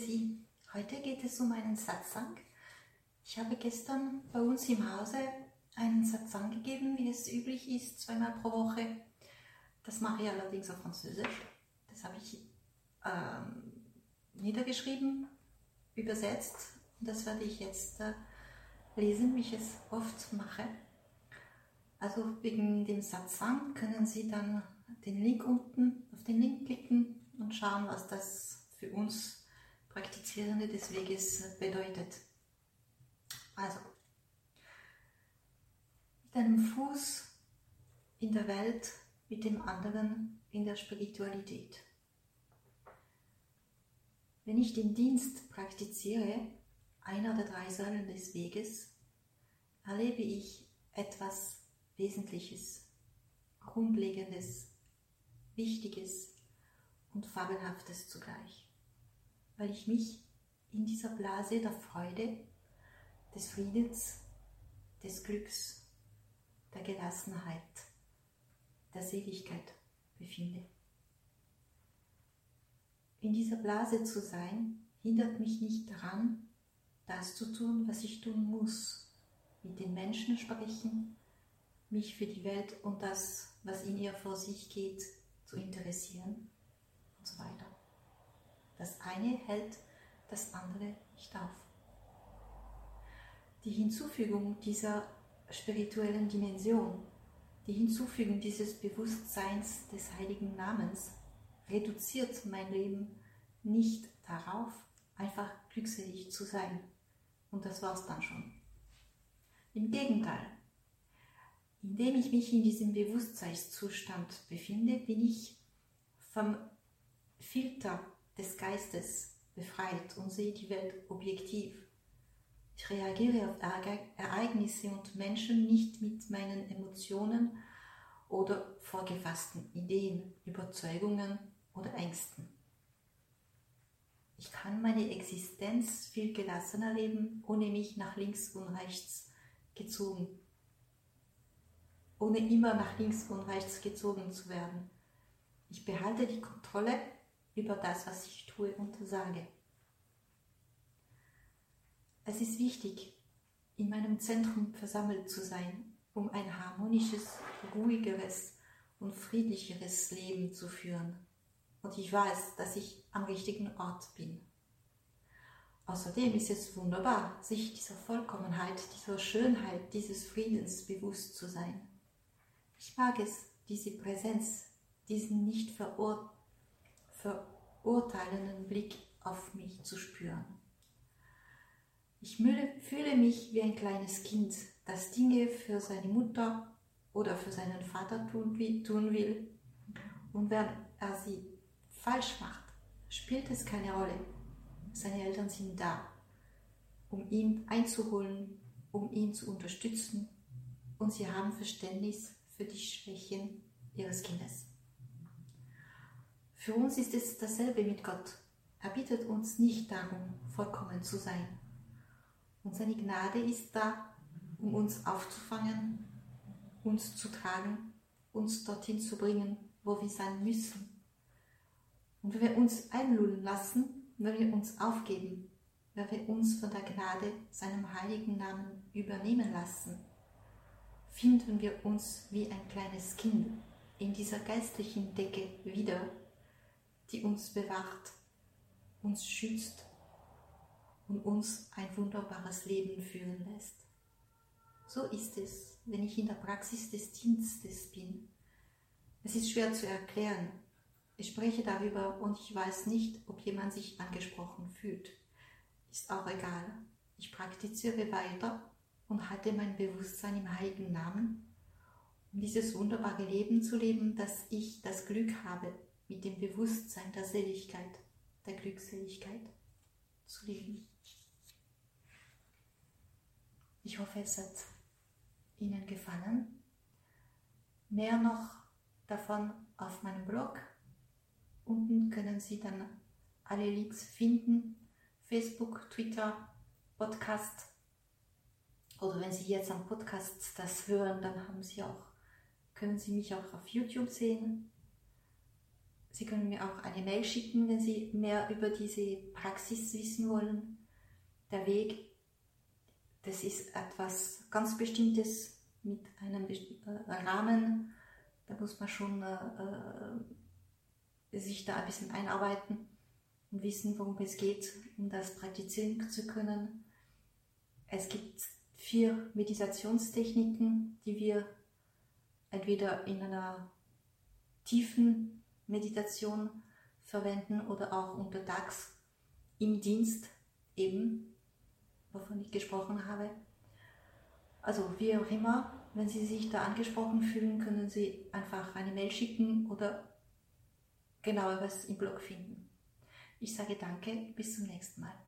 Sie. Heute geht es um einen Satsang. Ich habe gestern bei uns im Hause einen Satsang gegeben, wie es üblich ist, 2-mal pro Woche. Das mache ich allerdings auf Französisch. Das habe ich niedergeschrieben, übersetzt. Und das werde ich jetzt lesen, wie ich es oft mache. Also wegen dem Satsang können Sie dann den Link unten auf den Link klicken und schauen, was das für uns Praktizierende des Weges bedeutet. Also, mit einem Fuß in der Welt, mit dem anderen in der Spiritualität. Wenn ich den Dienst praktiziere, einer der 3 Säulen des Weges, erlebe ich etwas Wesentliches, Grundlegendes, Wichtiges und Fabelhaftes zugleich, weil ich mich in dieser Blase der Freude, des Friedens, des Glücks, der Gelassenheit, der Seligkeit befinde. In dieser Blase zu sein, hindert mich nicht daran, das zu tun, was ich tun muss, mit den Menschen sprechen, mich für die Welt und das, was in ihr vor sich geht, zu interessieren und so weiter. Das eine hält das andere nicht auf. Die Hinzufügung dieser spirituellen Dimension, die Hinzufügung dieses Bewusstseins des heiligen Namens reduziert mein Leben nicht darauf, einfach glückselig zu sein. Und das war's dann schon. Im Gegenteil, indem ich mich in diesem Bewusstseinszustand befinde, bin ich vom Filter des Geistes befreit und sehe die Welt objektiv. Ich reagiere auf Ereignisse und Menschen nicht mit meinen Emotionen oder vorgefassten Ideen, Überzeugungen oder Ängsten. Ich kann meine Existenz viel gelassener leben, ohne mich nach links und rechts gezogen, ohne immer nach links und rechts gezogen zu werden. Ich behalte die Kontrolle über das, was ich tue und sage. Es ist wichtig, in meinem Zentrum versammelt zu sein, um ein harmonisches, ruhigeres und friedlicheres Leben zu führen. Und ich weiß, dass ich am richtigen Ort bin. Außerdem ist es wunderbar, sich dieser Vollkommenheit, dieser Schönheit, dieses Friedens bewusst zu sein. Ich mag es, diese Präsenz, diesen nicht verurteilenden Blick auf mich zu spüren. Ich fühle mich wie ein kleines Kind, das Dinge für seine Mutter oder für seinen Vater tun will. Und wenn er sie falsch macht, spielt es keine Rolle. Seine Eltern sind da, um ihn einzuholen, um ihn zu unterstützen, und sie haben Verständnis für die Schwächen ihres Kindes. Für uns ist es dasselbe mit Gott. Er bittet uns nicht darum, vollkommen zu sein. Und seine Gnade ist da, um uns aufzufangen, uns zu tragen, uns dorthin zu bringen, wo wir sein müssen. Und wenn wir uns einlullen lassen, wenn wir uns aufgeben, wenn wir uns von der Gnade, seinem heiligen Namen übernehmen lassen, finden wir uns wie ein kleines Kind in dieser geistlichen Decke wieder, die uns bewacht, uns schützt und uns ein wunderbares Leben führen lässt. So ist es, wenn ich in der Praxis des Dienstes bin. Es ist schwer zu erklären. Ich spreche darüber und ich weiß nicht, ob jemand sich angesprochen fühlt. Ist auch egal. Ich praktiziere weiter und halte mein Bewusstsein im heiligen Namen, um dieses wunderbare Leben zu leben, dass ich das Glück habe, mit dem Bewusstsein der Seligkeit, der Glückseligkeit zu leben. Ich hoffe, es hat Ihnen gefallen. Mehr noch davon auf meinem Blog. Unten können Sie dann alle Links finden. Facebook, Twitter, Podcast. Oder wenn Sie jetzt am Podcast das hören, dann können Sie mich auch auf YouTube sehen. Sie können mir auch eine Mail schicken, wenn Sie mehr über diese Praxis wissen wollen. Der Weg, das ist etwas ganz Bestimmtes mit einem Rahmen. Da muss man schon sich da ein bisschen einarbeiten und wissen, worum es geht, um das praktizieren zu können. Es gibt 4 Meditationstechniken, die wir entweder in einer tiefen Meditation verwenden oder auch untertags im Dienst eben, wovon ich gesprochen habe. Also wie auch immer, wenn Sie sich da angesprochen fühlen, können Sie einfach eine Mail schicken oder genaueres im Blog finden. Ich sage danke, bis zum nächsten Mal.